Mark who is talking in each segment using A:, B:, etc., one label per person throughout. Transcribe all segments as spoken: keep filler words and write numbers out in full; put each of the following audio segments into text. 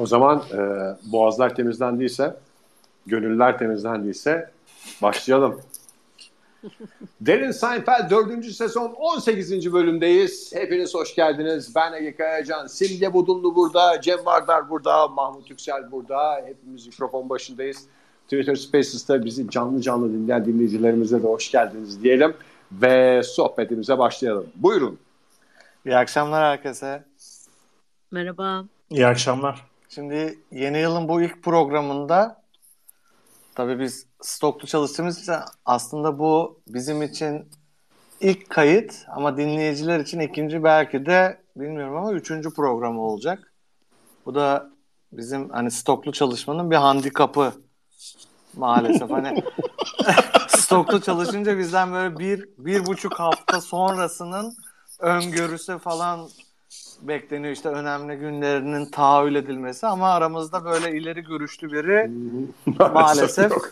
A: O zaman e, boğazlar temizlendiyse, gönüller temizlendiyse başlayalım. Derin Seinfeld dördüncü sezon on sekizinci bölümdeyiz. Hepiniz hoş geldiniz. Ben Ege Kayacan, Simge Budunlu burada, Cem Vardar burada, Mahmut Yüksel burada. Hepimiz mikrofon başındayız. Twitter Spaces'ta bizi canlı canlı dinleyen dinleyicilerimize de hoş geldiniz diyelim. Ve sohbetimize başlayalım. Buyurun.
B: İyi akşamlar herkese.
C: Merhaba.
D: İyi akşamlar.
B: Şimdi yeni yılın bu ilk programında tabii biz stoklu çalıştığımız için aslında bu bizim için ilk kayıt ama dinleyiciler için ikinci, belki de bilmiyorum ama üçüncü programı olacak. Bu da bizim hani stoklu çalışmanın bir handikapı maalesef. Hani stoklu çalışınca bizden böyle bir, bir buçuk hafta sonrasının öngörüsü falan bekleniyor, işte önemli günlerinin tahayyül edilmesi, ama aramızda böyle ileri görüşlü biri maalesef yok.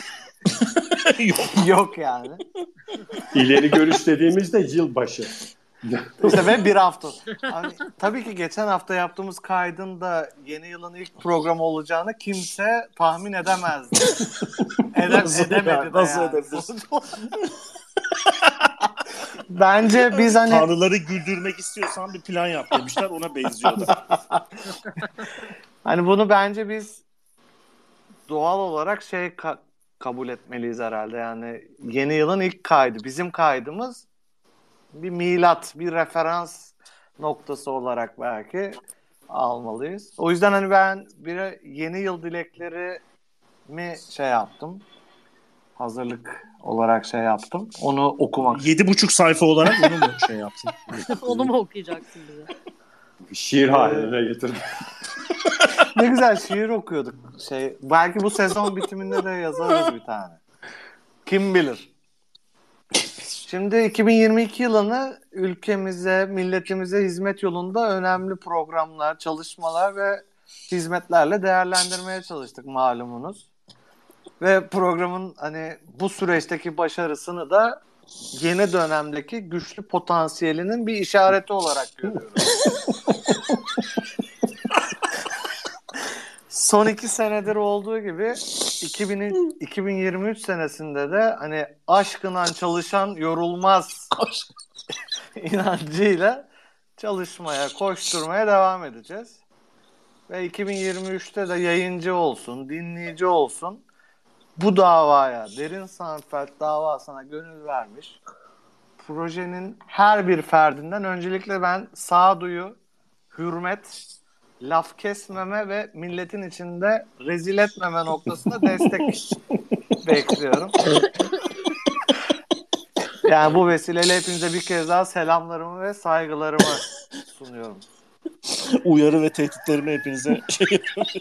B: yok. yok yani.
A: İleri görüş dediğimizde yılbaşı.
B: İşte ve bir hafta. Hani, tabii ki geçen hafta yaptığımız kaydın da yeni yılın ilk programı olacağını kimse tahmin edemezdi. Edem,
D: nasıl
B: edemedi
D: ya,
B: de
D: nasıl
B: yani.
D: edebilirsin?
B: Bence biz hani...
D: Tanrıları güldürmek istiyorsan bir plan yap demişler, ona benziyordu.
B: Hani bunu bence biz doğal olarak şey ka- kabul etmeliyiz herhalde. Yani yeni yılın ilk kaydı. Bizim kaydımız bir milat, bir referans noktası olarak belki almalıyız. O yüzden hani ben bir yeni yıl dileklerimi şey yaptım. Hazırlık olarak şey yaptım. Onu okumak.
D: Yedi buçuk sayfa olarak onu mu şey yaptın?
C: Onu mu okuyacaksın bize?
A: Şiir haline getirdim.
B: Ne güzel şiir okuyorduk. Şey, belki bu sezon bitiminde de yazarız bir tane. Kim bilir. Şimdi iki bin yirmi iki yılını ülkemize, milletimize hizmet yolunda önemli programlar, çalışmalar ve hizmetlerle değerlendirmeye çalıştık malumunuz. Ve programın hani bu süreçteki başarısını da yeni dönemdeki güçlü potansiyelinin bir işareti olarak görüyorum. Son iki senedir olduğu gibi iki bin, iki bin yirmi üç senesinde de hani aşkından çalışan yorulmaz inancıyla çalışmaya, koşturmaya devam edeceğiz. Ve iki bin yirmi üçte de yayıncı olsun, dinleyici olsun, bu davaya, Derin Seinfeld davasına gönül vermiş projenin her bir ferdinden öncelikle ben sağduyu, hürmet, laf kesmeme ve milletin içinde rezil etmeme noktasında destek bekliyorum. Yani bu vesileyle hepinize bir kez daha selamlarımı ve saygılarımı sunuyorum.
D: Uyarı ve tehditlerimi hepinize şey yapıyorum.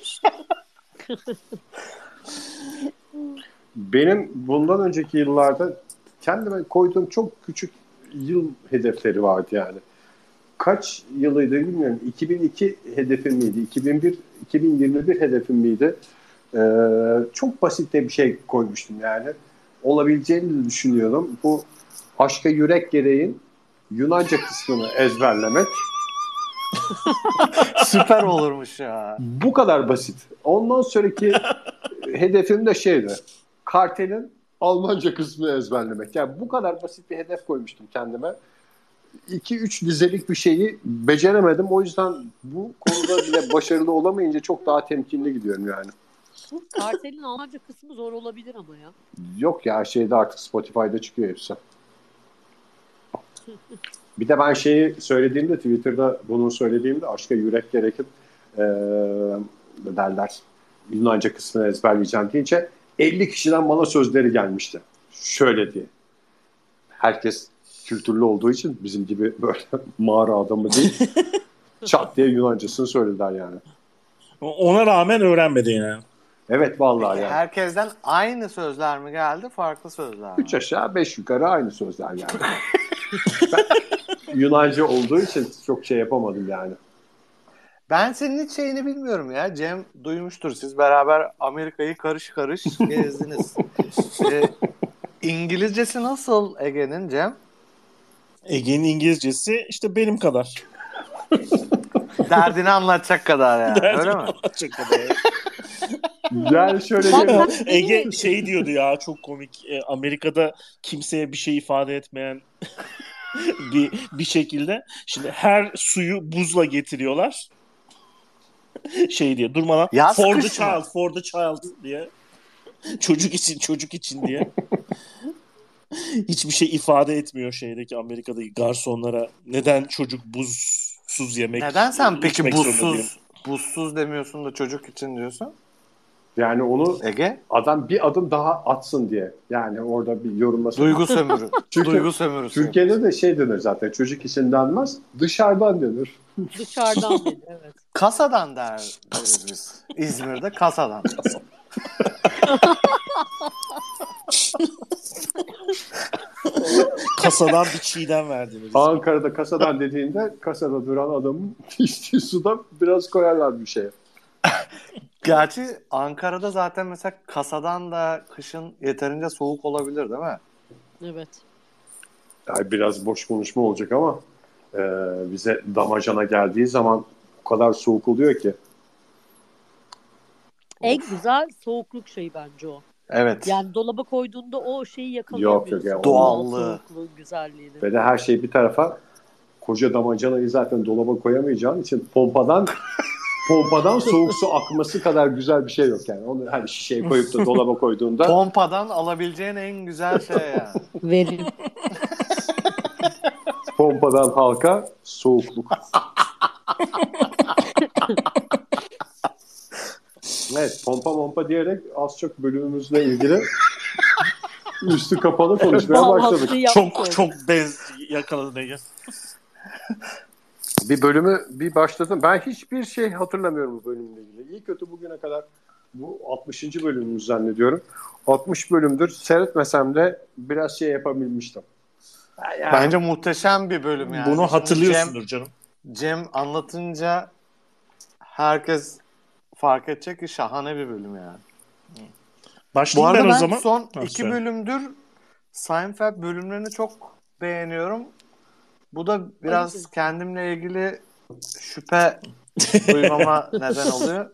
A: Benim bundan önceki yıllarda kendime koyduğum çok küçük yıl hedefleri vardı yani. Kaç yılıydı bilmiyorum. iki bin iki hedefim miydi? iki bin bir, iki bin yirmi bir hedefim miydi? Ee, çok basit de bir şey koymuştum yani. Olabileceğini de düşünüyorum. Bu Aşka Yürek Gereğin Yunanca kısmını ezberlemek.
B: Süper olurmuş ya.
A: Bu kadar basit. Ondan sonraki hedefim de şeydi. Kartel'in Almanca kısmını ezberlemek. Yani bu kadar basit bir hedef koymuştum kendime. iki üç dizelik bir şeyi beceremedim. O yüzden bu konuda bile başarılı olamayınca çok daha temkinli gidiyorum yani.
C: Bu Kartel'in Almanca kısmı zor olabilir ama ya.
A: Yok ya, şeyde artık Spotify'da çıkıyor hepsi. Bir de ben şeyi söylediğimde, Twitter'da bunu söylediğimde, Aşka Yürek Gerek'in ee, derler Yunanca kısmını ezberleyeceğim deyince elli kişiden bana sözleri gelmişti. Şöyle diye. Herkes kültürlü olduğu için bizim gibi böyle mağara adamı değil. Çat diye Yunancasını söylediler yani.
D: Ona rağmen öğrenmedin yani.
A: Evet vallahi yani.
B: Herkesten aynı sözler mi geldi, farklı sözler mi?
A: Üç aşağı beş yukarı aynı sözler yani. Ben Yunanca olduğu için çok şey yapamadım yani.
B: Ben senin hiç şeyini bilmiyorum ya. Cem duymuştur. Siz beraber Amerika'yı karış karış gezdiniz. ee, İngilizcesi nasıl Ege'nin, Cem?
D: Ege'nin İngilizcesi işte benim kadar.
B: Derdini anlatacak kadar yani.
D: Derdini
B: Öyle mi?
D: anlatacak kadar.
A: Yani şöyle
C: Bak
A: bir...
C: sen
D: Ege şey diyordu ya, çok komik. E, Amerika'da kimseye bir şey ifade etmeyen bir bir şekilde. Şimdi her suyu buzla getiriyorlar. Şey diye durmadan
B: Yaz
D: for the
B: kış mı?
D: child, for the child diye. Çocuk için, çocuk için diye. Hiçbir şey ifade etmiyor şeydeki Amerika'daki garsonlara. Neden çocuk buzsuz yemek
B: Neden sen peki
D: içmek zorunda diye.
B: buzsuz buzsuz demiyorsun da çocuk için diyorsun?
A: Yani onu
B: Ege?
A: adam bir adım daha atsın diye. Yani orada bir yorumlasın.
B: Duygu sömürü.
A: Çünkü
B: Duygu sömürüsü.
A: Türkiye'de de şey denir zaten. Çocuk için denmez. Dışarıdan denir.
C: dışarıdan dedi evet.
B: Kasadan der deriz biz. İzmir'de kasadan.
D: Kasadan bir çiğdem verdiniz.
A: Ankara'da kasadan dediğinde kasada duran adamın içtiği suda biraz koyarlar bir şeye.
B: Gerçi Ankara'da zaten mesela kasadan da kışın yeterince soğuk olabilir değil mi?
C: Evet.
A: Yani biraz boş konuşma olacak ama e, bize damacana geldiği zaman o kadar soğuk oluyor ki.
C: En güzel soğukluk şeyi bence o.
B: Evet.
C: Yani dolaba koyduğunda o şeyi yakalayamıyorsun.
A: Yok, yok ya,
C: O
B: doğallığı.
C: soğukluğun güzelliğini.
A: Ve de her şey bir tarafa, koca damacanayı zaten dolaba koyamayacağın için pompadan pompadan soğuk su akması kadar güzel bir şey yok yani. Onu hani şişeye koyup da dolaba koyduğunda
B: Pompadan alabileceğin en güzel şey yani.
C: Verim.
A: pompadan halka soğukluk. Evet, pompa pompa diyerek az çok bölümümüzle ilgili üstü kapalı konuşmaya başladık.
C: Bağlantıyı yapmış olduk.
D: Çok çok bez yakaladın Ege.
A: Bir bölümü bir başladım. Ben hiçbir şey hatırlamıyorum bu bölümle ilgili. İyi kötü bugüne kadar bu altmışıncı bölümümüz zannediyorum. altmış bölümdür seyretmesem de biraz şey yapabilmiştim. Yani,
B: Bence muhteşem bir bölüm yani.
D: Bunu
B: Şimdi
D: hatırlıyorsundur
B: Cem,
D: canım.
B: Cem anlatınca herkes fark edecek ki şahane bir bölüm yani. Bu
D: Başlayayım
B: arada
D: ben
B: ben
D: o zaman.
B: son
D: Ha,
B: iki
D: söyle.
B: bölümdür Seinfeld bölümlerini çok beğeniyorum. Bu da biraz
C: Ayıp.
B: kendimle ilgili şüphe duymama neden oluyor.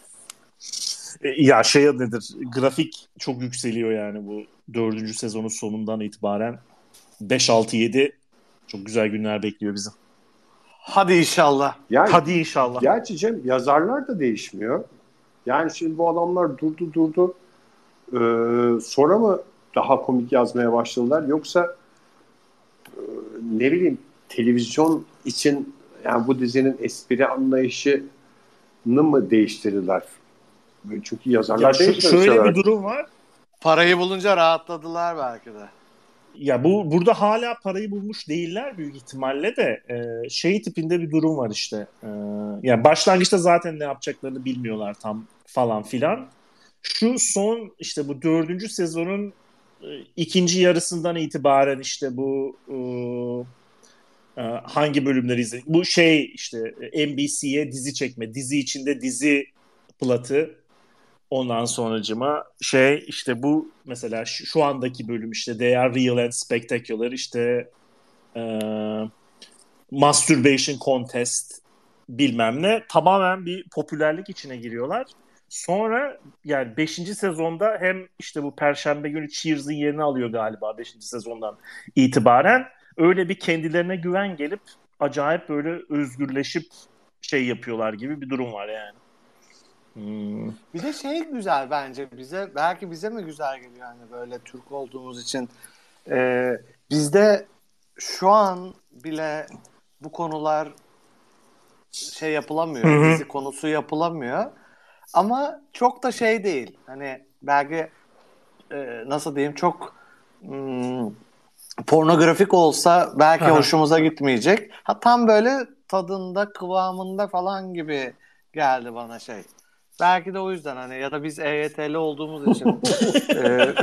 D: E, Ya şey nedir? Grafik çok yükseliyor yani bu dördüncü sezonun sonundan itibaren. beş altı yedi çok güzel günler bekliyor bizi.
B: Hadi inşallah.
A: yani
D: Hadi inşallah.
A: gerçi Cem, yazarlar da değişmiyor. Yani şimdi bu adamlar durdu durdu. Ee, sonra mı daha komik yazmaya başladılar, yoksa e, ne bileyim televizyon için yani bu dizinin espri anlayışını mı değiştirdiler? Çünkü yazarlar
D: Ya şu,
A: değişmedi
D: şöyle
A: olarak.
D: bir durum var.
B: Parayı bulunca rahatladılar belki de.
D: Ya bu burada hala parayı bulmuş değiller büyük ihtimalle de e, şey tipinde bir durum var işte. E, yani başlangıçta zaten ne yapacaklarını bilmiyorlar tam falan filan. Şu son işte bu dördüncü sezonun e, ikinci yarısından itibaren işte bu e, e, hangi bölümleri izledik? Bu şey işte N B C'ye dizi çekme, dizi içinde dizi platı. Ondan sonracıma şey işte bu mesela şu, şu andaki bölüm işte They Are Real and Spectacular işte e, Masturbation Contest bilmem ne tamamen bir popülerlik içine giriyorlar. Sonra yani beşinci sezonda hem işte bu Perşembe günü Cheers'ın yerini alıyor galiba beşinci sezondan itibaren. Öyle bir kendilerine güven gelip acayip böyle özgürleşip şey yapıyorlar gibi bir durum var yani. Hmm.
B: Bir de şey güzel bence bize, belki bize mi güzel geliyor hani böyle Türk olduğumuz için. Ee, bizde şu an bile bu konular şey yapılamıyor,
D: Hı hı.
B: dizi konusu yapılamıyor. Ama çok da şey değil. Hani belki e, nasıl diyeyim çok hmm, pornografik olsa belki
D: Aha.
B: hoşumuza gitmeyecek. Ha tam böyle tadında, kıvamında falan gibi geldi bana şey. Belki de o yüzden hani ya da biz E Y T'li olduğumuz için e,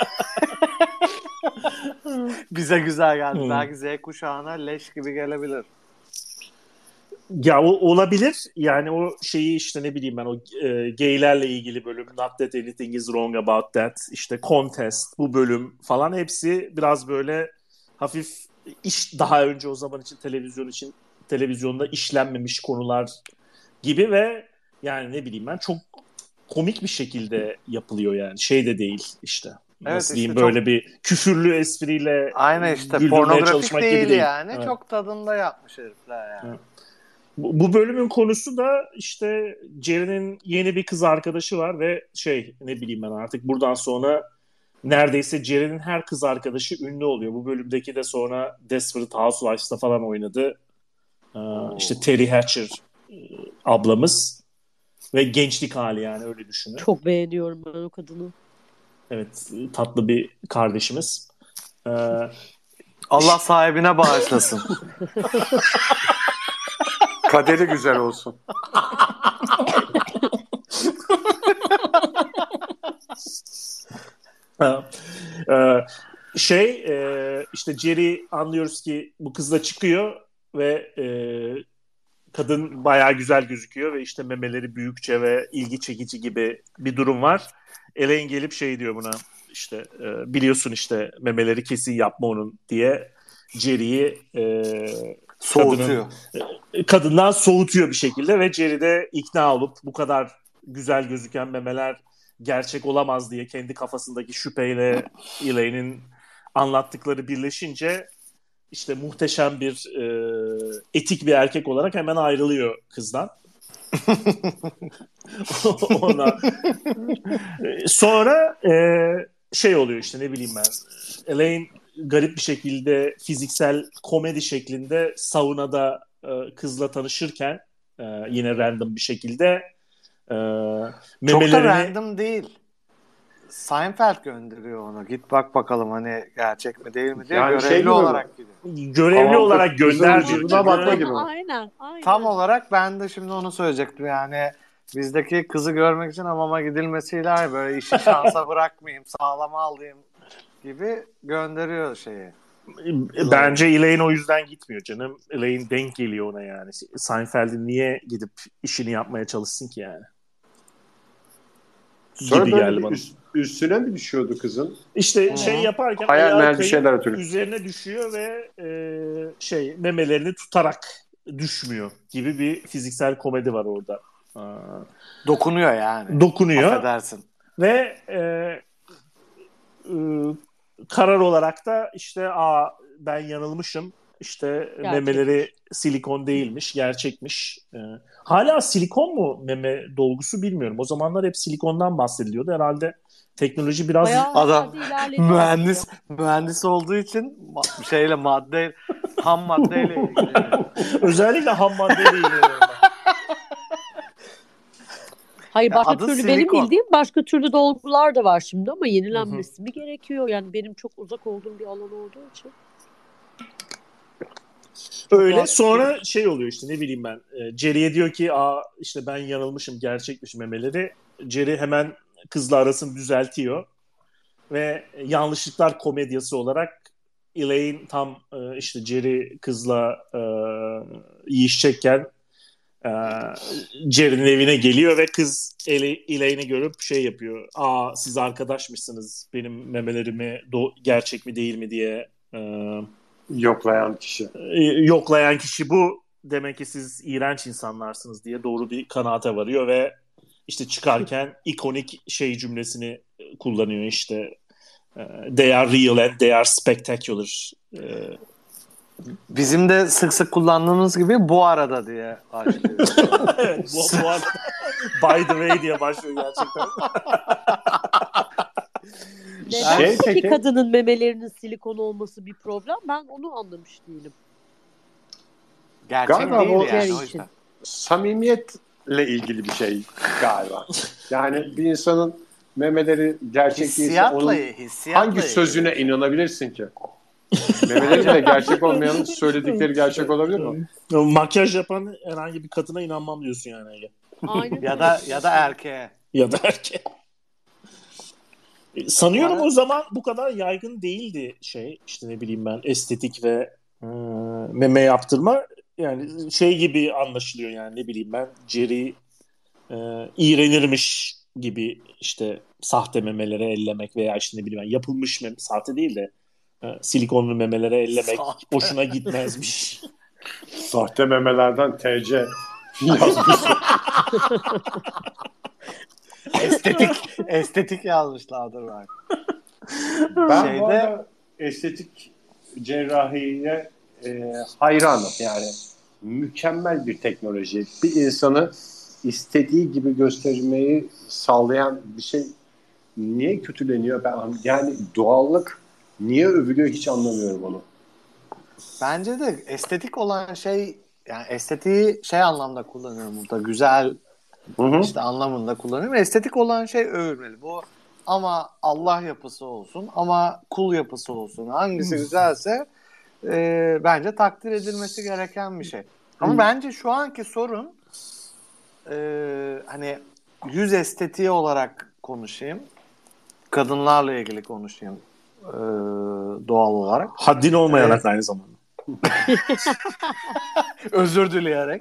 B: bize güzel geldi.
D: Hmm.
B: Belki Z kuşağına leş gibi gelebilir.
D: Ya o olabilir. Yani o şeyi işte ne bileyim ben o e, gaylerle ilgili bölüm Not That Anything Is Wrong About That işte Contest bu bölüm falan hepsi biraz böyle hafif iş daha önce o zaman için televizyon için televizyonda işlenmemiş konular gibi ve yani ne bileyim ben çok komik bir şekilde yapılıyor yani. Şey de değil işte.
B: Evet,
D: Nasıl
B: işte
D: diyeyim
B: çok-
D: böyle bir küfürlü espriyle
B: Aynen işte
D: güldürmeye
B: pornografik
D: çalışmak
B: değil
D: gibi değil.
B: yani.
D: Evet.
B: Çok tadında yapmış herifler yani.
D: Evet. Bu, bu bölümün konusu da işte Jerry'nin yeni bir kız arkadaşı var ve şey ne bileyim ben artık buradan sonra neredeyse Jerry'nin her kız arkadaşı ünlü oluyor. Bu bölümdeki de sonra Desperate Housewives'ta falan oynadı. Ee, işte Terry Hatcher e, ablamız ve gençlik hali yani öyle düşünün.
C: Çok beğeniyorum ben o kadını.
D: Evet, tatlı bir kardeşimiz. Ee,
B: Allah sahibine bağışlasın.
A: Kaderi güzel olsun.
D: Ee, şey e, işte Jerry anlıyoruz ki bu kızla çıkıyor ve e, kadın bayağı güzel gözüküyor ve işte memeleri büyükçe ve ilgi çekici gibi bir durum var. Elaine gelip şey diyor buna işte e, biliyorsun işte memeleri kesin yapma onun diye Jerry'yi e,
B: Soğutuyor.
D: kadının, kadından soğutuyor bir şekilde ve Jerry de ikna olup bu kadar güzel gözüken memeler gerçek olamaz diye kendi kafasındaki şüpheyle Elaine'in anlattıkları birleşince işte muhteşem bir e, etik bir erkek olarak hemen ayrılıyor kızdan. Ona sonra e, şey oluyor işte ne bileyim ben Elaine garip bir şekilde fiziksel komedi şeklinde saunada e, kızla tanışırken e, yine random bir şekilde e,
B: Çok da
D: memelerini
B: random değil. Seinfeld gönderiyor onu. Git bak bakalım hani gerçek mi değil mi diye
A: Yani
B: görevli
A: şey gibi mi?
B: olarak gidiyor.
D: görevli
A: Tamam,
D: olarak
A: kızın
D: gönderdi.
A: vücuduna bakma gibi.
C: Aynen, aynen.
B: Tam olarak ben de şimdi onu söyleyecektim yani bizdeki kızı görmek için hamama gidilmesiyle böyle işi şansa bırakmayayım, sağlama alayım gibi gönderiyor şeyi.
D: Bence Elaine o yüzden gitmiyor canım. Elaine denk geliyor ona yani. Seinfeld'in niye gidip işini yapmaya çalışsın ki yani?
A: Sonra
D: Gibi
A: böyle
D: geldi
A: bir
D: bana.
A: üst- üstüne mi düşüyordu kızın?
D: İşte
B: Hı.
D: şey yaparken
A: Hayal
D: ayağı
A: meyal bir
D: kayıp
A: şeyler ötürü.
D: üzerine düşüyor ve e, şey memelerini tutarak düşmüyor gibi bir fiziksel komedi var orada. Aa,
B: Dokunuyor yani.
D: dokunuyor
B: Affedersin.
D: ve e, e, karar olarak da işte aa ben yanılmışım. İşte
C: Gerçekmiş.
D: memeleri silikon değilmiş, gerçekmiş. Ee, hala silikon mu meme dolgusu bilmiyorum. O zamanlar hep silikondan bahsediliyordu. Herhalde teknoloji biraz
C: Bayağı
B: Adam
C: herhalde ilerledi
B: mühendis
C: aslında.
B: mühendis olduğu için ma- şeyle madde ham maddeyle ilgileniyor.
D: özellikle ham maddeyle ilgileniyorum ben.
C: Hayır
B: Ya
C: başka
B: adı
C: türlü benim
B: silikon.
C: bildiğim başka türlü dolgular da var şimdi ama
D: Hı
C: yenilenmesi mi gerekiyor? Yani benim çok uzak olduğum bir alan olduğu için. Çok
D: Öyle
C: rahat
D: sonra şey oluyor işte ne bileyim ben. E, Jerry'e diyor ki aa işte ben yanılmışım, gerçekmiş memeleri. Jerry hemen kızla arasını düzeltiyor. Ve yanlışlıklar komedyası olarak Elaine tam e, işte Jerry kızla e, yiyişecekken e, Jerry'nin evine geliyor ve kız Ele- Elaine'i görüp şey yapıyor. Aa siz arkadaşmışsınız benim memelerimi do- gerçek mi değil mi diye e,
A: Yoklayan kişi.
D: e, yoklayan kişi bu. Demek ki siz iğrenç insanlarsınız diye doğru bir kanaate varıyor ve işte çıkarken ikonik şey cümlesini kullanıyor işte. They are real and they are spectacular.
B: Bizim de sık sık kullandığımız gibi bu arada diye başlıyor.
D: Evet, bu, bu arada by the way diye başlıyor gerçekten.
C: Neden
A: Şey
C: peki
A: peki-
C: kadının memelerinin silikon olması bir problem? Ben onu anlamış değilim.
B: Gerçek
A: Galiba
B: değil
A: bu-
B: yani
C: Jerry
B: o
C: için.
B: yüzden.
A: Samimiyetle ilgili bir şey galiba. Yani bir insanın memeleri gerçek değilse
B: Hissiyatla,
A: onun
B: hissiyatla
A: hangi
B: ilgili.
A: sözüne inanabilirsin ki? Memeleri bile gerçek olmayanın söyledikleri gerçek olabilir mi?
D: Makyaj yapan herhangi bir kadına inanmam diyorsun yani Ege.
C: Aynen.
B: Ya da ya da erkeğe.
D: Ya da erkek. Sanıyorum
B: Bu ara-
D: o zaman bu kadar yaygın değildi şey işte ne bileyim ben estetik ve e, meme yaptırma yani şey gibi anlaşılıyor yani ne bileyim ben Jerry e, iğrenirmiş gibi işte sahte memelere ellemek veya işte ne bileyim ben yapılmış meme sahte değil de e, silikonlu memelere ellemek
B: Sahte.
D: hoşuna gitmezmiş
A: Sahte memelerden T C yazmışlar.
B: Estetik estetik yazmışlardır belki.
A: Ben
B: Şeyde-
A: bu arada estetik cerrahiye e, hayranım. Yani mükemmel bir teknoloji. Bir insanı istediği gibi göstermeyi sağlayan bir şey niye kötüleniyor? Ben yani doğallık niye övülüyor hiç anlamıyorum onu.
B: Bence de estetik olan şey, yani estetiği şey anlamda kullanıyorum burada. Güzel
A: Hı hı.
B: işte anlamında kullanıyorum. Estetik olan şey övülmeli. Bu ama Allah yapısı olsun ama kul yapısı olsun. Hangisi güzelse e, bence takdir edilmesi gereken bir şey. Ama
A: Hı.
B: bence şu anki sorun e, hani yüz estetiği olarak konuşayım. Kadınlarla ilgili konuşayım e, doğal olarak.
D: Haddin olmayarak
B: Evet.
D: aynı zamanda.
B: Özür dileyerek.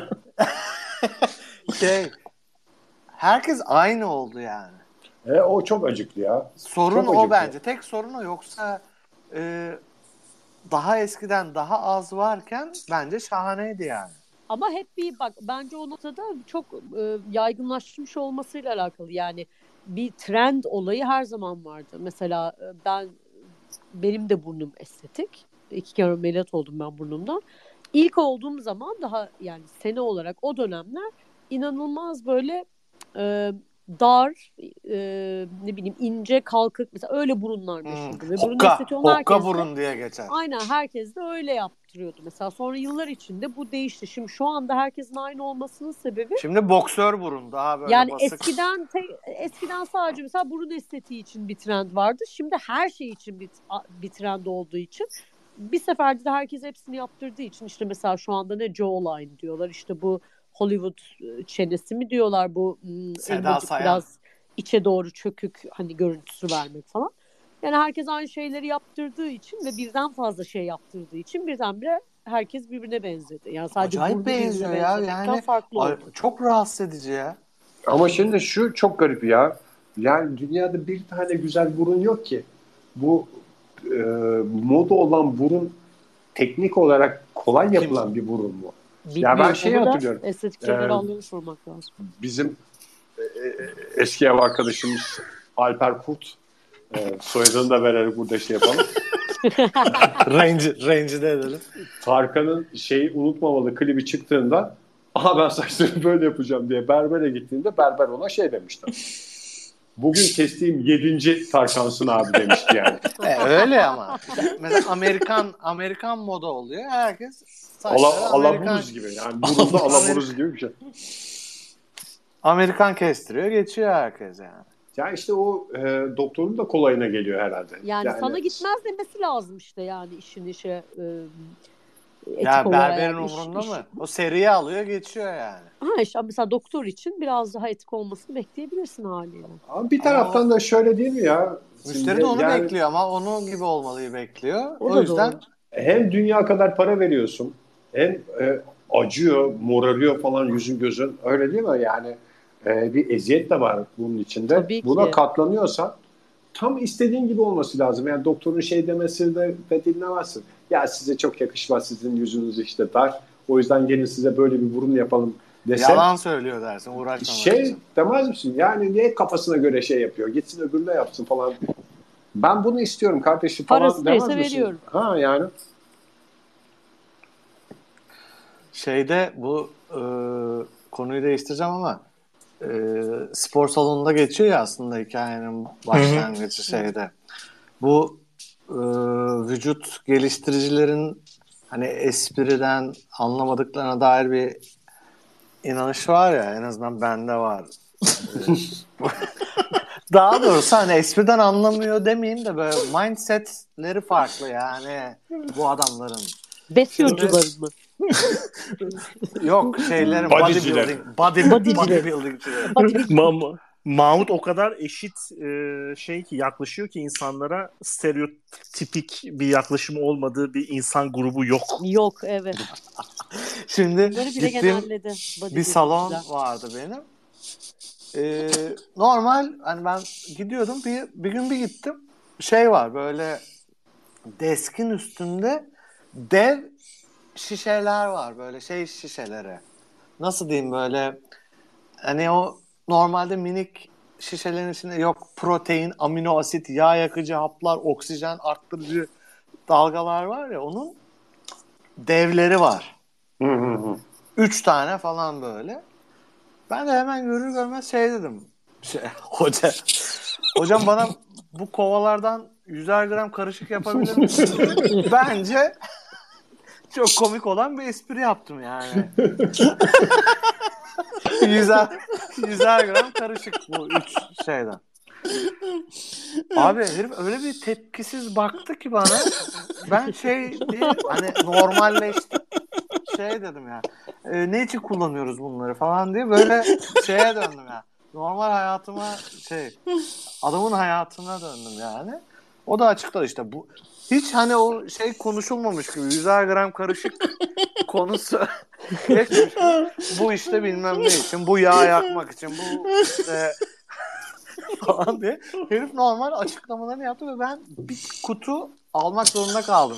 B: şey, herkes aynı oldu yani.
A: E, o çok acıklı ya.
B: Sorun
A: Çok
B: o
A: acıklı.
B: bence. Tek sorun o. Yoksa e, daha eskiden daha az varken bence şahaneydi yani.
C: Ama hep bir bak bence o noktada çok e, yaygınlaşmış olmasıyla alakalı. Yani bir trend olayı her zaman vardı. Mesela e, ben benim de burnum estetik. İki kere ameliyat oldum ben burnumdan. İlk olduğum zaman daha yani sene olarak o dönemler inanılmaz böyle e, dar e, ne bileyim ince kalkık mesela öyle burunlar
B: Hmm.
C: meşhurdu. Ve burun
B: Hokka,
C: estetiği
B: hokka
C: herkes de
B: burun diye geçer.
C: aynen herkes de öyle yaptırıyordu. Mesela sonra yıllar içinde bu değişti. Şimdi şu anda herkesin aynı olmasının sebebi
B: Şimdi boksör burun daha böyle
C: yani
B: basık.
C: eskiden te- eskiden sadece mesela burun estetiği için bir trend vardı. Şimdi her şey için bir, bir trend olduğu için bir seferde de herkes hepsini yaptırdığı için işte mesela şu anda ne jawline diyorlar. İşte bu Hollywood çenesi mi diyorlar, bu hmm,
B: Seda
C: elmacık
B: Sayan.
C: biraz içe doğru çökük hani görüntüsü vermek falan. Yani herkes aynı şeyleri yaptırdığı için ve birden fazla şey yaptırdığı için birdenbire herkes birbirine benzedi. Yani sadece
B: Acayip
C: burnu birbirine
B: benziyor ya.
C: benzemekten
B: Yani
C: farklı
B: ay,
C: oldu.
B: çok rahatsız edici ya.
A: Ama şimdi şu çok garip ya. Yani dünyada bir tane güzel burun yok ki. Bu e, moda olan burun teknik olarak kolay yapılan bir burun mu? Ya ben
C: Bilmiyorum.
A: şeyi
C: Onu da
A: hatırlıyorum.
C: estetik
A: Ee,
C: cerrahlarına sormak lazım.
A: Bizim e, e, eski ev arkadaşımız Alper Kurt, e, soyadını da vererek burada şey yapalım.
B: Range, rencide edelim.
A: Tarkan'ın şeyi unutmamalı klibi çıktığında aha ben saçlarımı böyle yapacağım diye berbere gittiğinde berber ona şey demişti. Bugün kestiğim yedinci Tarkan'sın abi demişti yani.
B: E, öyle ama. İşte mesela Amerikan Amerikan moda oluyor. Herkes saçları
A: Ala,
B: Amerikan,
A: alaburuz gibi yani burunda alaburuz gibi bir şey.
B: Amerikan kestiriyor, geçiyor herkes yani.
A: Ya işte o e, doktorun da kolayına geliyor herhalde.
C: Yani, sana gitmez demesi lazım işte yani işin işe e, etik
B: Ya
C: olarak
B: berberin
C: yani iş-
B: umurunda
C: iş-
B: mı? O seriyi alıyor, geçiyor yani.
C: Ha işte mesela doktor için biraz daha etik olmasını bekleyebilirsin haliyle.
A: Ama bir
B: Ama
A: taraftan da şöyle değil mi ya?
B: Müşteri de onu
A: yani
B: bekliyor ama onun gibi olmalıyı bekliyor.
C: O
B: O,
C: da
B: yüzden
C: doğru.
A: hem dünya kadar para veriyorsun hem e, acıyor, morarıyor falan yüzün gözün. Öyle değil mi? Yani e, bir eziyet de var bunun içinde.
C: Tabii ki.
A: Buna katlanıyorsan tam istediğin gibi olması lazım. Yani doktorun şey demesi de, de dinlemezsin. Ya size çok yakışmaz, sizin yüzünüz işte dar. O yüzden gelin size böyle bir burun yapalım dese.
B: yalan söylüyor dersin, uğraşmamak
A: Şey
B: için.
A: demez misin? Yani niye kafasına göre şey yapıyor? Gitsin öbürüne yapsın falan. Ben bunu istiyorum kardeşim falan
C: Parası
A: demez
C: neyse
A: misin?
C: veriyorum.
A: Ha yani.
B: Şeyde bu e, konuyu değiştireceğim ama e, spor salonunda geçiyor ya aslında hikayenin başlangıcı şeyde. Bu e, vücut geliştiricilerin hani espriden anlamadıklarına dair bir inanış var ya, en azından bende var. E, Daha doğrusu hani espriden anlamıyor demeyeyim de böyle mindsetleri farklı yani bu adamların.
C: Besyocuların mı?
B: Yok şeylerin
A: Bodyciler.
B: bodybuilding, body,
C: Bodyciler.
B: bodybuildingçiler.
D: Ma- Mahmut o kadar eşit e, şey ki yaklaşıyor ki insanlara, stereotipik bir yaklaşımı olmadığı bir insan grubu yok.
C: Yok evet.
B: Şimdi
C: Bunları bile
B: gittiğim
C: genelledi.
B: bir salon
C: bodybuildingçiler.
B: vardı benim. Ee, normal hani ben gidiyordum bir, bir gün bir gittim. Şey var böyle deskin üstünde dev şişeler var böyle şey şişeleri. Nasıl diyeyim böyle hani o normalde minik şişelerin içinde yok protein, amino asit, yağ yakıcı haplar, oksijen arttırıcı dalgalar var ya onun devleri var.
A: Hı hı hı.
B: Üç tane falan böyle. Ben de hemen görür görmez şey dedim. Şey, hoca, hocam bana bu kovalardan yüzer gram karışık yapabilir misiniz? Bence çok komik olan bir espri yaptım yani. yüzer, yüzer gram karışık bu üç şeyden. Abi herif öyle bir tepkisiz baktı ki bana. Ben şey diye hani normalleştim. Şey dedim ya. E, ne için kullanıyoruz bunları falan diye böyle şeye döndüm ya. Normal hayatıma şey adamın hayatına döndüm yani. O da açıkladı işte bu hiç hani o şey konuşulmamış gibi yüzer gram karışık konusu geçmiş gibi. Bu işte bilmem ne için, bu yağ yakmak için, bu işte falan diye. Herif normal açıklamalarını yaptı ve ben bir kutu almak zorunda kaldım.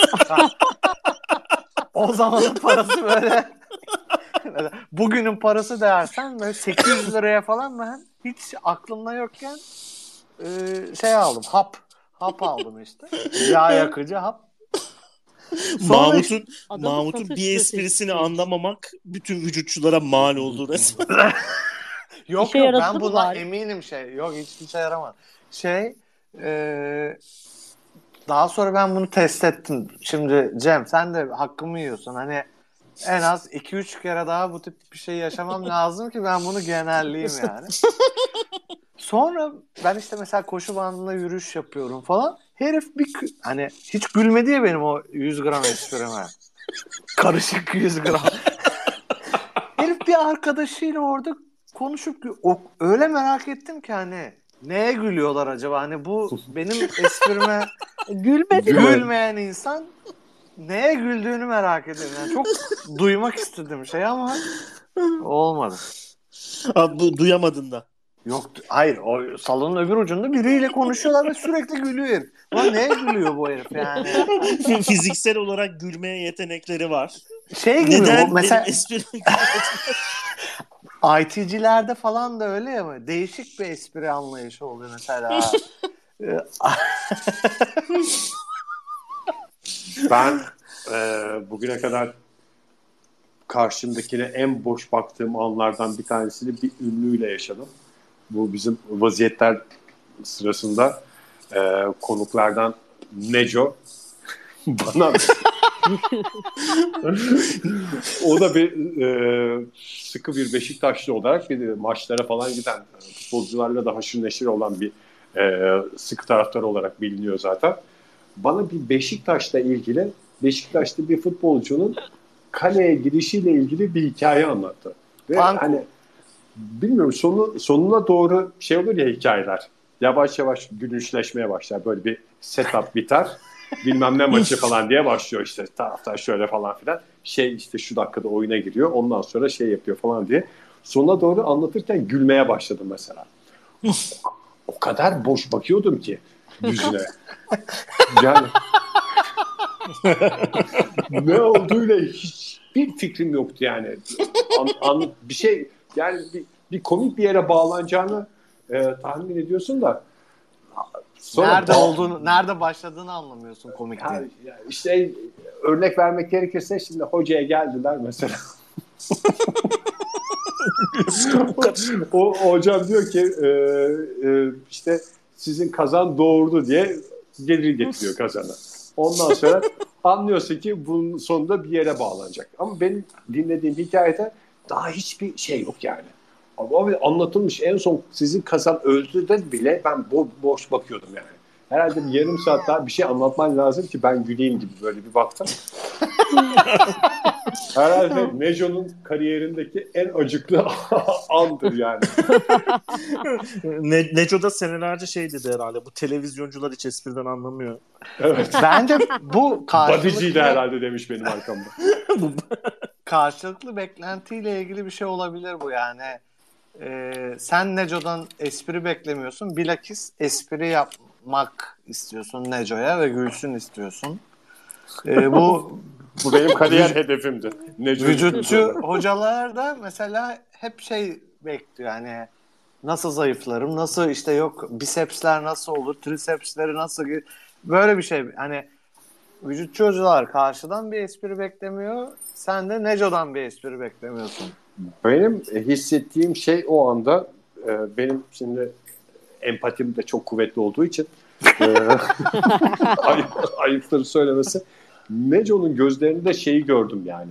B: O zamanın parası böyle bugünün parası dersen böyle sekiz yüz liraya falan ben hiç aklımda yokken e, şey aldım hap hap aldım işte yağ yakıcı hap. Sonra
D: Mahmut'un
B: işte,
D: Mahmut'un bir esprisini anlamamak bütün vücutçulara mal oldu resmen.
B: yok
C: İşe
B: yok
C: yaradı
B: ben
C: mı
B: buna
C: bari?
B: eminim şey yok hiç işe yaramadı. Şey e, daha sonra ben bunu test ettim. Şimdi Cem sen de hakkımı yiyorsun. Hani en az iki üç kere daha bu tip bir şey yaşamam lazım ki ben bunu genelleyeyim yani. Sonra ben işte mesela koşu bandında yürüyüş yapıyorum falan. Herif bir kü- hani hiç gülmedi ya benim o yüz gram esprime. Karışık yüz gram. Herif bir arkadaşıyla orada konuşup o, öyle merak ettim ki hani neye gülüyorlar acaba? Hani bu benim esprime
C: Gülmedi.
B: gülmeyen insan neye güldüğünü merak ediyorum. Yani çok duymak istedim şey ama olmadı.
D: Abi, bu duyamadın da.
B: Yok hayır o salonun öbür ucunda biriyle konuşuyorlar ve sürekli gülüyor herif. Ulan neye gülüyor bu herif yani?
D: Fiziksel olarak gülmeye yetenekleri var.
B: Şey gibi
D: Neden
B: bu
D: benim
B: mesela
D: esprime gülmediler?
B: I T'cilerde falan da öyle ya değişik bir espri anlayışı oluyor mesela.
A: Ben e, bugüne kadar karşımdakine en boş baktığım anlardan bir tanesini bir ünlüyle yaşadım. Bu bizim vaziyetler sırasında e, konuklardan Neco bana o da bir e, sıkı bir Beşiktaşlı olarak bir maçlara falan giden futbolcularla da haşır neşir olan bir e, sıkı taraftar olarak biliniyor zaten. Bana bir Beşiktaş'la ilgili Beşiktaş'ta bir futbolcunun kaleye girişiyle ilgili bir hikaye anlattı. Ve
B: Panko.
A: hani bilmiyorum sonu sonuna doğru şey olur ya hikayeler. Yavaş yavaş gülünçleşmeye başlar. Böyle bir setup biter. Bilmem ne maçı falan diye başlıyor işte. Taraftar şöyle falan filan. Şey işte şu dakikada oyuna giriyor. Ondan sonra şey yapıyor falan diye. Sonuna doğru anlatırken gülmeye başladım mesela. O kadar boş bakıyordum ki yüzüne. Yani ne olduğuyla hiçbir fikrim yoktu yani. An, an, bir şey yani bir, bir komik bir yere bağlanacağını e, tahmin ediyorsun da sonra
B: nerede
A: ba-
B: olduğunu, nerede başladığını anlamıyorsun komikliğin.
A: ya, ya işte örnek vermek gerekirse şimdi hocaya geldiler mesela. o, o hocam diyor ki e, e, işte sizin kazan doğurdu diye gelir getiriyor kazana. Ondan sonra anlıyorsun ki bunun sonunda bir yere bağlanacak. Ama benim dinlediğim hikayede daha hiçbir şey yok yani. Ama anlatılmış en son sizin kazan öldü de bile ben bo- boş bakıyordum yani. Herhalde bir yarım saat daha bir şey anlatman lazım ki ben güleyim gibi böyle bir baktım. Herhalde Neco'nun kariyerindeki en acıklı andır yani.
D: Ne, Neco da senelerce şey dedi herhalde. Bu televizyoncular hiç espriden anlamıyor.
A: Evet.
B: Bence bu
A: Body'ciydi
B: karşılıklı
A: herhalde demiş benim arkamda.
B: karşılıklı beklentiyle ilgili bir şey olabilir bu yani. Ee, sen Neco'dan espri beklemiyorsun. Bilakis espri yapmak istiyorsun Neco'ya ve gülsün istiyorsun. Ee, bu
A: Bu benim kariyer hedefimdi. Necmi
B: Vücutçu hocalar da mesela hep şey bekliyor hani nasıl zayıflarım, nasıl işte yok bisepsler nasıl olur, trisepsleri nasıl, böyle bir şey hani vücutçu hocalar karşıdan bir espri beklemiyor, sen de Neco'dan bir espri beklemiyorsun.
A: Benim hissettiğim şey o anda e, benim şimdi empatim de çok kuvvetli olduğu için e, ayıp, ayıpları söylemesi, Neco'nun gözlerinde şeyi gördüm yani.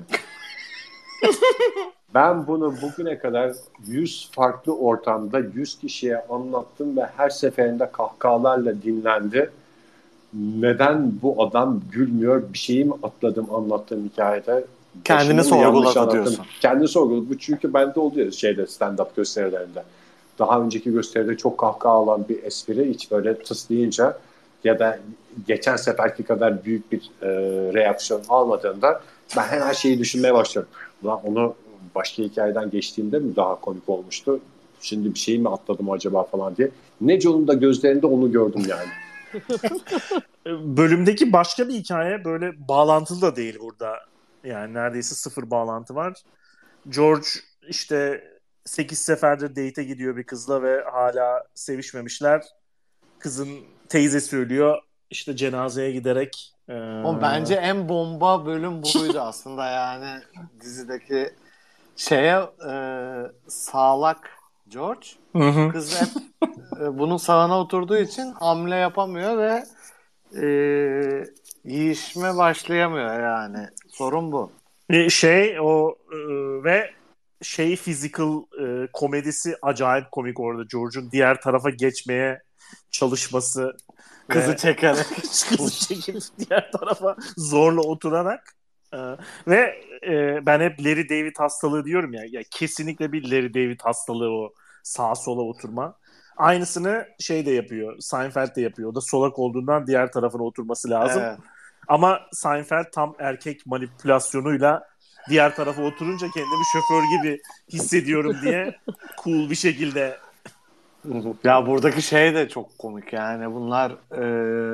A: Ben bunu bugüne kadar yüz farklı ortamda yüz kişiye anlattım ve her seferinde kahkahalarla dinlendi. Neden bu adam gülmüyor? Bir şeyi mi atladım anlattığım hikayede?
B: Kendini sorguladı diyorsun.
A: Kendini sorguladı. Bu çünkü bende oluyor şeyde, stand-up gösterilerinde. Daha önceki gösteride çok kahkaha alan bir espri hiç böyle tıslayınca ya da geçen seferki kadar büyük bir e, reaksiyon almadığında ben hemen şeyi düşünmeye başlıyorum. Ulan onu başka hikayeden geçtiğimde mi daha komik olmuştu? Şimdi bir şey mi atladım acaba falan diye. Neco'nun da gözlerinde onu gördüm yani.
D: Bölümdeki başka bir hikaye böyle bağlantılı da değil burada. Yani neredeyse sıfır bağlantı var. George işte sekiz seferdir date'e gidiyor bir kızla ve hala sevişmemişler. Kızın teyzesi ölüyor. İşte cenazeye giderek. Ee...
B: O bence en bomba bölüm buydu aslında yani dizideki şeye e, sağlak George.
D: Hı hı.
B: Kız hep e, bunun sağına oturduğu için hamle yapamıyor ve e, yiyişme başlayamıyor yani. Sorun bu.
D: Şey o e, ve şey physical e, komedisi acayip komik orada. George'un diğer tarafa geçmeye çalışması.
B: Kızı
D: ve,
B: çekerek.
D: Kızı çekip diğer tarafa zorla oturarak. E, ve e, ben hep Larry David hastalığı diyorum ya. ya. Kesinlikle bir Larry David hastalığı o. Sağa sola oturma. Aynısını şey de yapıyor. Seinfeld de yapıyor. O da solak olduğundan diğer tarafına oturması lazım.
B: Evet.
D: Ama Seinfeld tam erkek manipülasyonuyla diğer tarafa oturunca kendimi şoför gibi hissediyorum diye cool bir şekilde.
B: Ya buradaki şey de çok komik yani bunlar e,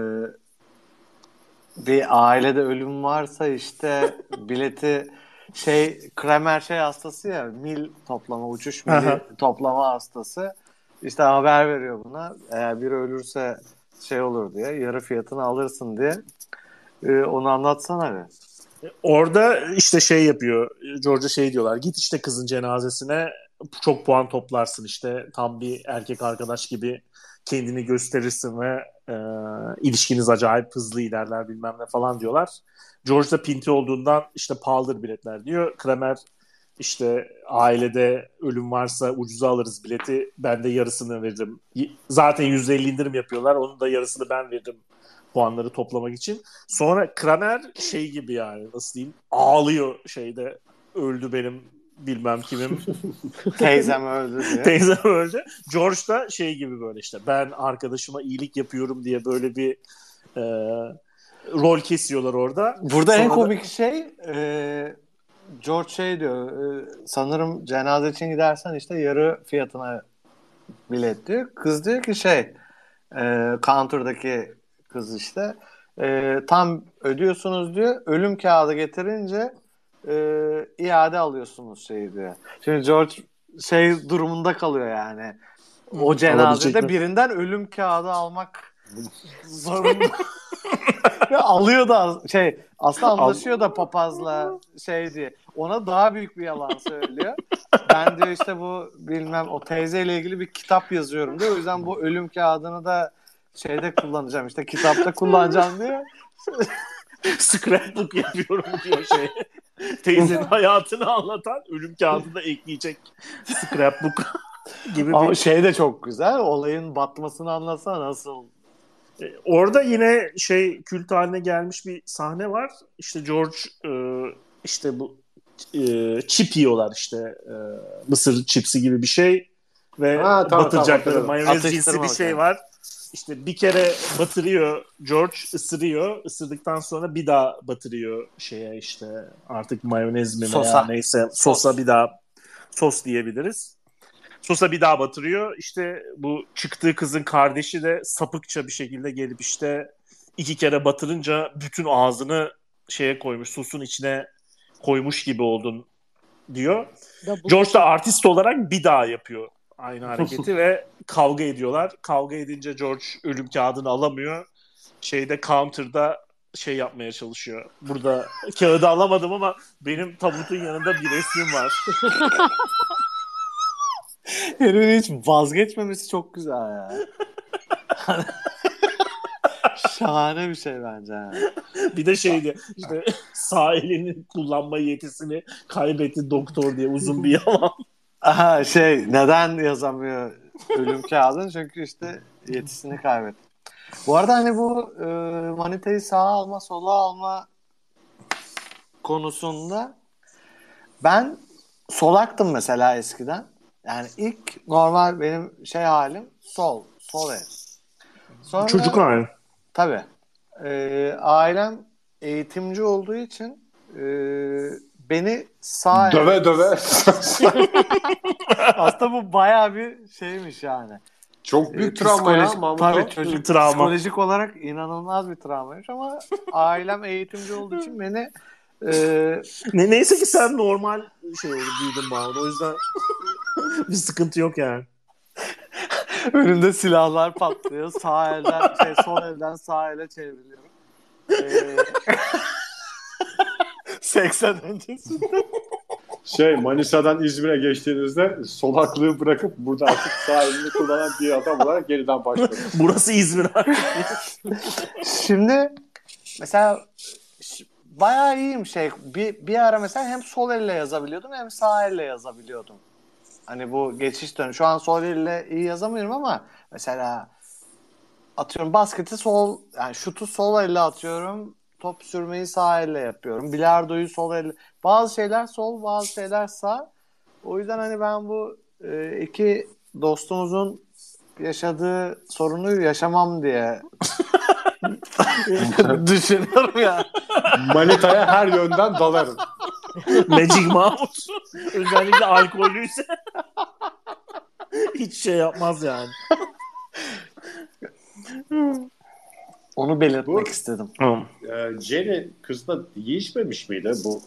B: bir ailede ölüm varsa işte bileti şey Kramer şey hastası ya, mil toplama, uçuş mili
D: Aha.
B: toplama hastası, işte haber veriyor buna eğer biri ölürse şey olur diye, yarı fiyatını alırsın diye. Ee, onu anlatsana bir.
D: Orada işte şey yapıyor. George'a şey diyorlar. Git işte kızın cenazesine çok puan toplarsın işte. Tam bir erkek arkadaş gibi kendini gösterirsin ve e, ilişkiniz acayip hızlı ilerler bilmem ne falan diyorlar. George da pinti olduğundan işte pahalıdır biletler diyor. Kramer işte ailede ölüm varsa ucuza alırız bileti. Ben de yarısını veririm. Zaten yüzde elli indirim yapıyorlar. Onun da yarısını ben veririm puanları toplamak için. Sonra Kramer şey gibi yani nasıl diyeyim ağlıyor şeyde, öldü benim bilmem kimim.
B: Teyzem öldü diye.
D: Teyzem öldü. George da şey gibi böyle işte ben arkadaşıma iyilik yapıyorum diye böyle bir e, rol kesiyorlar orada.
B: Burada
D: Sonra
B: en
D: da...
B: komik şey e, George şey diyor e, sanırım cenaze için gidersen işte yarı fiyatına bilet diyor. Kız diyor ki şey e, counter'daki kız işte e, tam ödüyorsunuz diyor. Ölüm kağıdı getirince e, iade alıyorsunuz şey diyor. Şimdi George şey durumunda kalıyor yani. O cenazede birinden ölüm kağıdı almak zorunda. Alıyor da şey aslında anlaşıyor da papazla şey diye. Ona daha büyük bir yalan söylüyor. Ben diyor işte bu bilmem o teyzeyle ilgili bir kitap yazıyorum diyor. O yüzden bu ölüm kağıdını da şeyde kullanacağım işte kitapta kullanacağım diyor.
D: Scrapbook yapıyorum diyor şey. Teyzenin hayatını anlatan ölüm kağıdı da ekleyecek scrapbook gibi
B: Ama
D: bir...
B: şey de çok güzel. Olayın batmasını anlatsana nasıl.
D: Orada yine şey kült haline gelmiş bir sahne var. İşte George e, işte bu e, chip yiyorlar işte e, mısır çipsi gibi bir şey ve
A: ha, tamam,
D: batıracakları
A: tamam,
D: mayonez cinsi bir şey yani. Var. İşte bir kere batırıyor George, ısırıyor. Isırdıktan sonra bir daha batırıyor şeye işte artık mayonez mi
B: Sosa.
D: veya neyse sosa bir daha sos diyebiliriz. Sosa bir daha batırıyor. İşte bu çıktığı kızın kardeşi de sapıkça bir şekilde gelip işte iki kere batırınca bütün ağzını şeye koymuş, sosun içine koymuş gibi oldun diyor.
C: Double
D: George da artist olarak bir daha yapıyor aynı hareketi ve kavga ediyorlar. Kavga edince George ölüm kağıdını alamıyor. Şeyde counter'da şey yapmaya çalışıyor. Burada kağıdı alamadım ama benim tabutun yanında bir resim var.
B: Herifin hiç vazgeçmemesi çok güzel ya. Şahane bir şey bence. Yani.
D: Bir de şeydi işte sağ elinin kullanma yetisini kaybetti doktor diye uzun bir yalan.
B: Aha şey neden yazamıyor ölüm kağıdını? Çünkü işte yetisini kaybetti. Bu arada hani bu e, manitayı sağa alma sola alma konusunda ben solaktım mesela eskiden. Yani ilk normal benim şey halim sol. Sol el. Sonra,
D: Çocuk hali.
B: Tabii. E, ailem eğitimci olduğu için e, beni sağ
A: Döve
B: el...
A: döve.
B: Aslında bu bayağı bir şeymiş yani.
A: Çok büyük
B: Ee,
A: travma ya
B: psikolojik-
A: Mahmut.
B: Tabii çocuk
D: Travma.
B: psikolojik olarak inanılmaz bir travmaymış ama ailem eğitimci olduğu için beni e,
D: Ne, neyse ki sen normal şey oldu büyüdün Mahmut. O yüzden bir sıkıntı yok yani.
B: önümde silahlar patlıyor. Sağ elden şey sol elden sağ ele çevriliyorum. Ee, seksen öncesi.
A: Şey Manisa'dan İzmir'e geçtiğinizde solaklığı bırakıp burada artık sağ elini kullanan bir adam olarak geriden başladı.
D: Burası İzmir artık.
B: Şimdi mesela ş- bayağı iyiyim şey. Bir, bir ara mesela hem sol elle yazabiliyordum hem sağ elle yazabiliyordum. Hani bu geçiş dönemi. Şu an sol elle iyi yazamıyorum ama mesela atıyorum basketi sol yani şutu sol elle atıyorum. Top sürmeyi sağ elle yapıyorum. Bilardoyu sol elle. Bazı şeyler sol, bazı şeyler sağ. O yüzden hani ben bu e, iki dostumuzun yaşadığı sorunu yaşamam diye düşünüyorum ya.
A: Manitaya her yönden dalarım.
D: Magic Mahmut. Özellikle alkollüyse hiç şey yapmaz yani.
B: Onu belirtmek
A: Bu-
B: istedim.
A: Ee, Jenny kızla değişmemiş miydi bu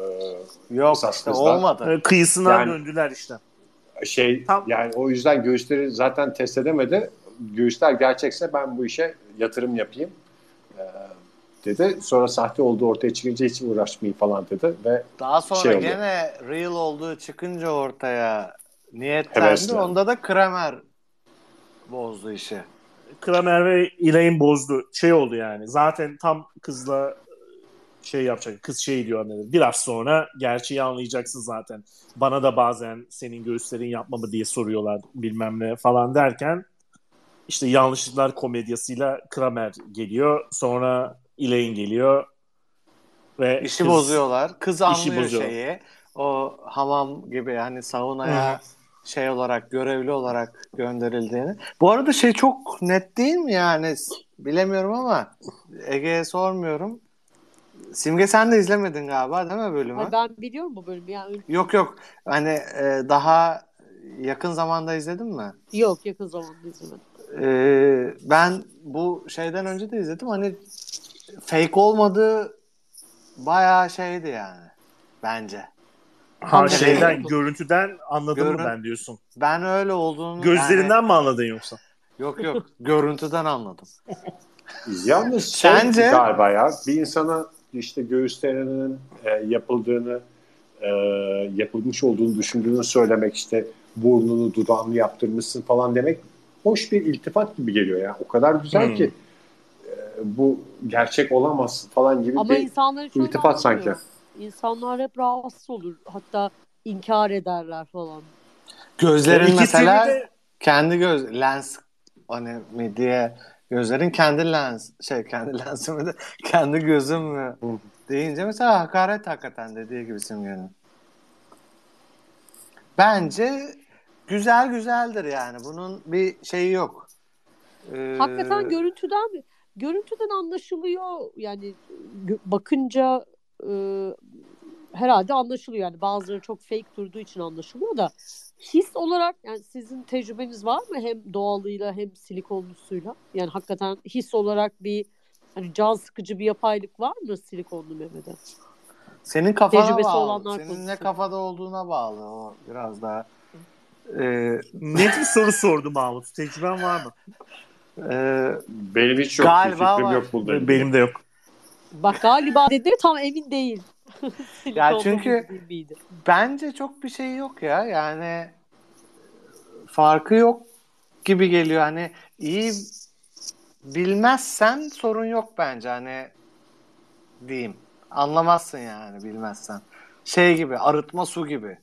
A: e,
B: Yok
A: esas
B: işte
A: kızlar?
B: olmadı.
D: Kıyısından
A: Yani-
D: döndüler işte.
A: Şey
D: Tam-
A: yani o yüzden göğüsleri zaten test edemedi. Göğüsler gerçekse ben bu işe yatırım yapayım ee, dedi. Sonra sahte olduğu ortaya çıkınca hiç uğraşmayayım falan dedi ve
B: Daha sonra
A: Şey oldu.
B: gene real olduğu çıkınca ortaya niyetlendi.
A: Heveslendi.
B: Onda da Kramer bozdu işi.
D: Kramer ve Elaine bozdu. Şey oldu yani. Zaten tam kızla şey yapacak. Kız şey diyor annene. Biraz sonra gerçeği anlayacaksın zaten. Bana da bazen senin göğüslerin yapma mı diye soruyorlar bilmem ne falan derken işte yanlışlıklar komedyasıyla Kramer geliyor. Sonra Elaine geliyor. Ve
B: İşi
D: kız-
B: bozuyorlar. Kız anlıyor
D: bozuyor.
B: şeyi. O hamam gibi hani saunaya
D: Hı.
B: şey olarak görevli olarak gönderildiğini. Bu arada şey çok net değil mi yani? Bilemiyorum ama Ege'ye sormuyorum. Simge sen de izlemedin galiba değil mi bölümü?
C: Ay, ben biliyorum bu bölümü. Yani,
B: Yok yok. Hani e, daha yakın zamanda izledin mi?
C: yok yakın zamanda izlemedim.
B: Ee, ben bu şeyden önce de izledim. Hani fake olmadığı bayağı şeydi yani. Bence.
D: Ha
B: Ama
D: şeyden
C: benim-
D: görüntüden anladın
B: Görün-
D: mı ben diyorsun.
B: Ben öyle olduğunu...
D: Gözlerinden
B: yani-
D: mi anladın yoksa?
B: Yok yok. Görüntüden anladım.
A: yalnız şey
B: Sence-
A: galiba ya bir insana işte göğüslerinin e, yapıldığını e, yapılmış olduğunu düşündüğünü söylemek işte burnunu dudağını yaptırmışsın falan demek hoş bir iltifat gibi geliyor ya. O kadar güzel
D: Hmm.
A: ki e, bu gerçek olamaz falan gibi
C: Ama
A: bir
C: insanlar hiç öyle
A: iltifat sanki.
C: anlamıyor. İnsanlar hep rahatsız olur. Hatta inkar ederler falan.
B: Gözlerin
D: İki
B: mesela
D: türlü de
B: kendi göz lens hani mi diye gözlerin kendi lens şey kendi lensi mi de kendi gözüm mü deyince mesela hakaret hakikaten dediği gibi Simge'nin. Bence güzel güzeldir yani. Bunun bir şeyi yok. Ee,
C: Hakikaten görüntüden görüntüden anlaşılıyor. Yani gö- bakınca e, herhalde anlaşılıyor. Yani bazıları çok fake durduğu için anlaşılıyor da his olarak yani sizin tecrübeniz var mı hem doğalıyla hem silikonlusuyla? Yani hakikaten his olarak bir Hani can sıkıcı bir yapaylık var mı silikonlu memede?
B: Senin kafana
C: Tecrübesi
B: bağlı.
C: olanlar
B: Senin
C: konuşsun.
B: ne kafada olduğuna bağlı. O biraz daha. Ee,
D: Net bir soru sordu Mahmut. Tecrüben var mı?
B: e,
A: Benim hiç yok.
B: Galiba
A: Bir fikrim
B: var.
A: yok bunda.
D: Benim de yok.
C: Bak galiba dedi tam emin değil.
B: Ya çünkü
C: Silikonlu değil miydi?
B: bence çok bir şey yok ya. Yani farkı yok gibi geliyor. Hani iyi bilmezsen sorun yok bence. Hani diyeyim. Anlamazsın yani bilmezsen. Şey gibi, arıtma su gibi.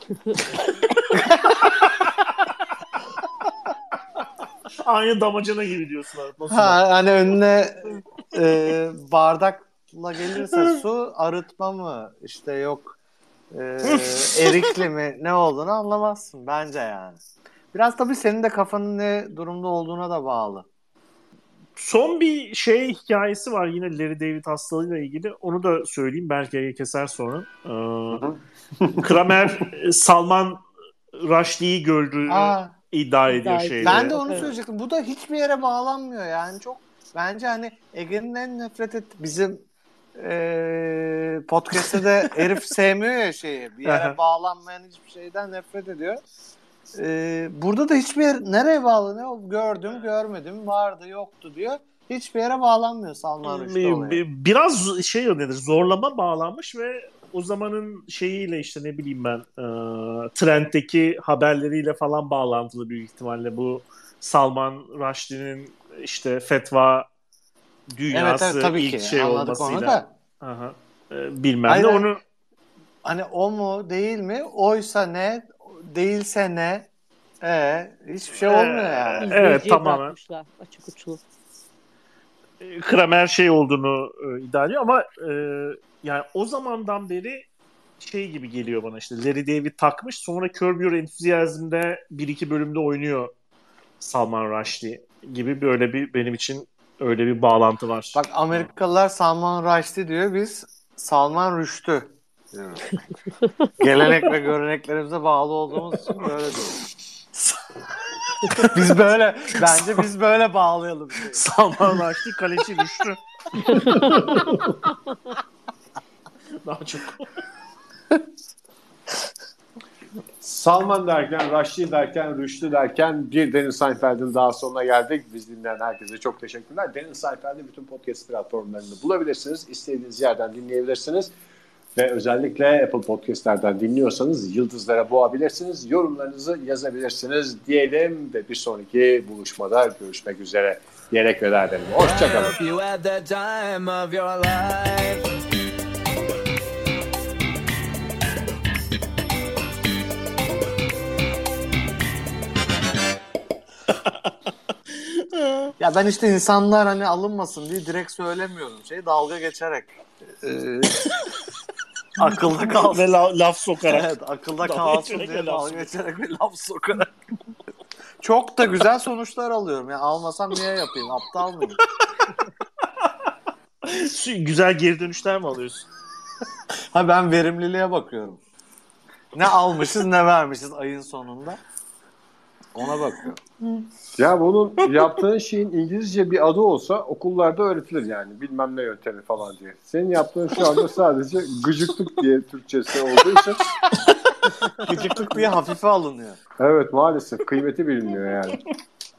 D: Aynı damacana gibi diyorsun. Nasıl?
B: Ha, hani önüne e, bardakla gelirse su arıtma mı işte yok e, erikli mi ne olduğunu anlamazsın bence yani. Biraz tabii senin de kafanın ne durumda olduğuna da bağlı.
D: Son bir şey hikayesi var yine Larry David hastalığıyla ilgili. Onu da söyleyeyim. Belki Ege keser sonra. Ee, Kramer Salman Rushdie'yi gördüğünü
B: Aa,
D: iddia ediyor
C: İddia
D: şeyde.
C: ediyor.
B: ben de onu
C: Evet.
B: söyleyecektim. Bu da hiçbir yere bağlanmıyor yani çok bence hani Ege'nin en nefret et bizim e, podcast'te de herif sevmiyor ya şeyi. Bir yere
D: Aha.
B: bağlanmayan hiçbir şeyden nefret ediyor. Ee, burada da hiçbir yer nereye bağlanıyor? Gördüm, görmedim, vardı, yoktu diyor. Hiçbir yere bağlanmıyor Salman Rushdie olayı.
D: Bir- Biraz şey nedir zorlama bağlanmış ve o zamanın şeyiyle işte ne bileyim ben e, trenddeki haberleriyle falan bağlantılı büyük ihtimalle bu Salman Rushdie'nin işte fetva dünyası
B: Evet evet tabii
D: ilk
B: ki
D: şey
B: anladık onu
D: olmasıyla.
B: da.
D: Aha. E, bilmem
B: Hayır,
D: ne
B: hayır.
D: onu
B: Hani o mu değil mi? Oysa ne? Değilse ne? Ee, hiçbir şey olmuyor yani.
D: Evet,
C: İzleyiciye
D: tamamen.
C: bırakmışlar açık uçlu.
D: Kramer şey olduğunu e, iddia ediyor ama e, yani o zamandan beri şey gibi geliyor bana işte Larry David takmış sonra Curb Your Enthusiasm'de bir iki bölümde oynuyor Salman Rushdie gibi böyle bir benim için öyle bir bağlantı var.
B: Bak Amerikalılar Salman Rushdie diyor. Biz Salman Rüştü diyoruz. Gelenek ve göreneklerimize bağlı olduğumuz için böyle diyoruz. Biz böyle bence biz böyle bağlayalım. Şeyi.
D: Salman Rushdie kaleci Rüştü. Daha çok.
A: Salman derken, Rushdie derken, Rüştü derken bir Derin Seinfeld'in daha sonuna geldik. Biz dinleyen herkese çok teşekkürler. Derin Seinfeld'i bütün podcast platformlarında bulabilirsiniz. İstediğiniz yerden dinleyebilirsiniz. Ve özellikle Apple Podcast'lerden dinliyorsanız yıldızlara boğabilirsiniz. Yorumlarınızı yazabilirsiniz diyelim ve bir sonraki buluşmada görüşmek üzere diyerek veda edelim. Hoşçakalın.
B: Ya ben işte insanlar hani alınmasın diye direkt söylemiyorum. Şey dalga geçerek. E, akılda kalsın.
D: Ve la- laf sokarak.
B: Evet, akılda
D: Dalga
B: kalsın
D: geçerek
B: diye
D: ve laf
B: dalga
D: sokarak.
B: geçerek bir laf sokarak. Çok da güzel sonuçlar alıyorum. Yani almasam niye yapayım? Aptal mıyım?
D: Güzel geri dönüşler mi alıyorsun?
B: Ha ben verimliliğe bakıyorum. Ne almışız ne vermişiz ayın sonunda. Ona bakıyorum.
A: Ya bunun yaptığın şeyin İngilizce bir adı olsa okullarda öğretilir yani. Bilmem ne yöntemi falan diye. Senin yaptığın şu anda sadece gıcıklık diye Türkçesi olduğu için.
B: Gıcıklık diye hafife alınıyor.
A: Evet maalesef kıymeti bilinmiyor yani.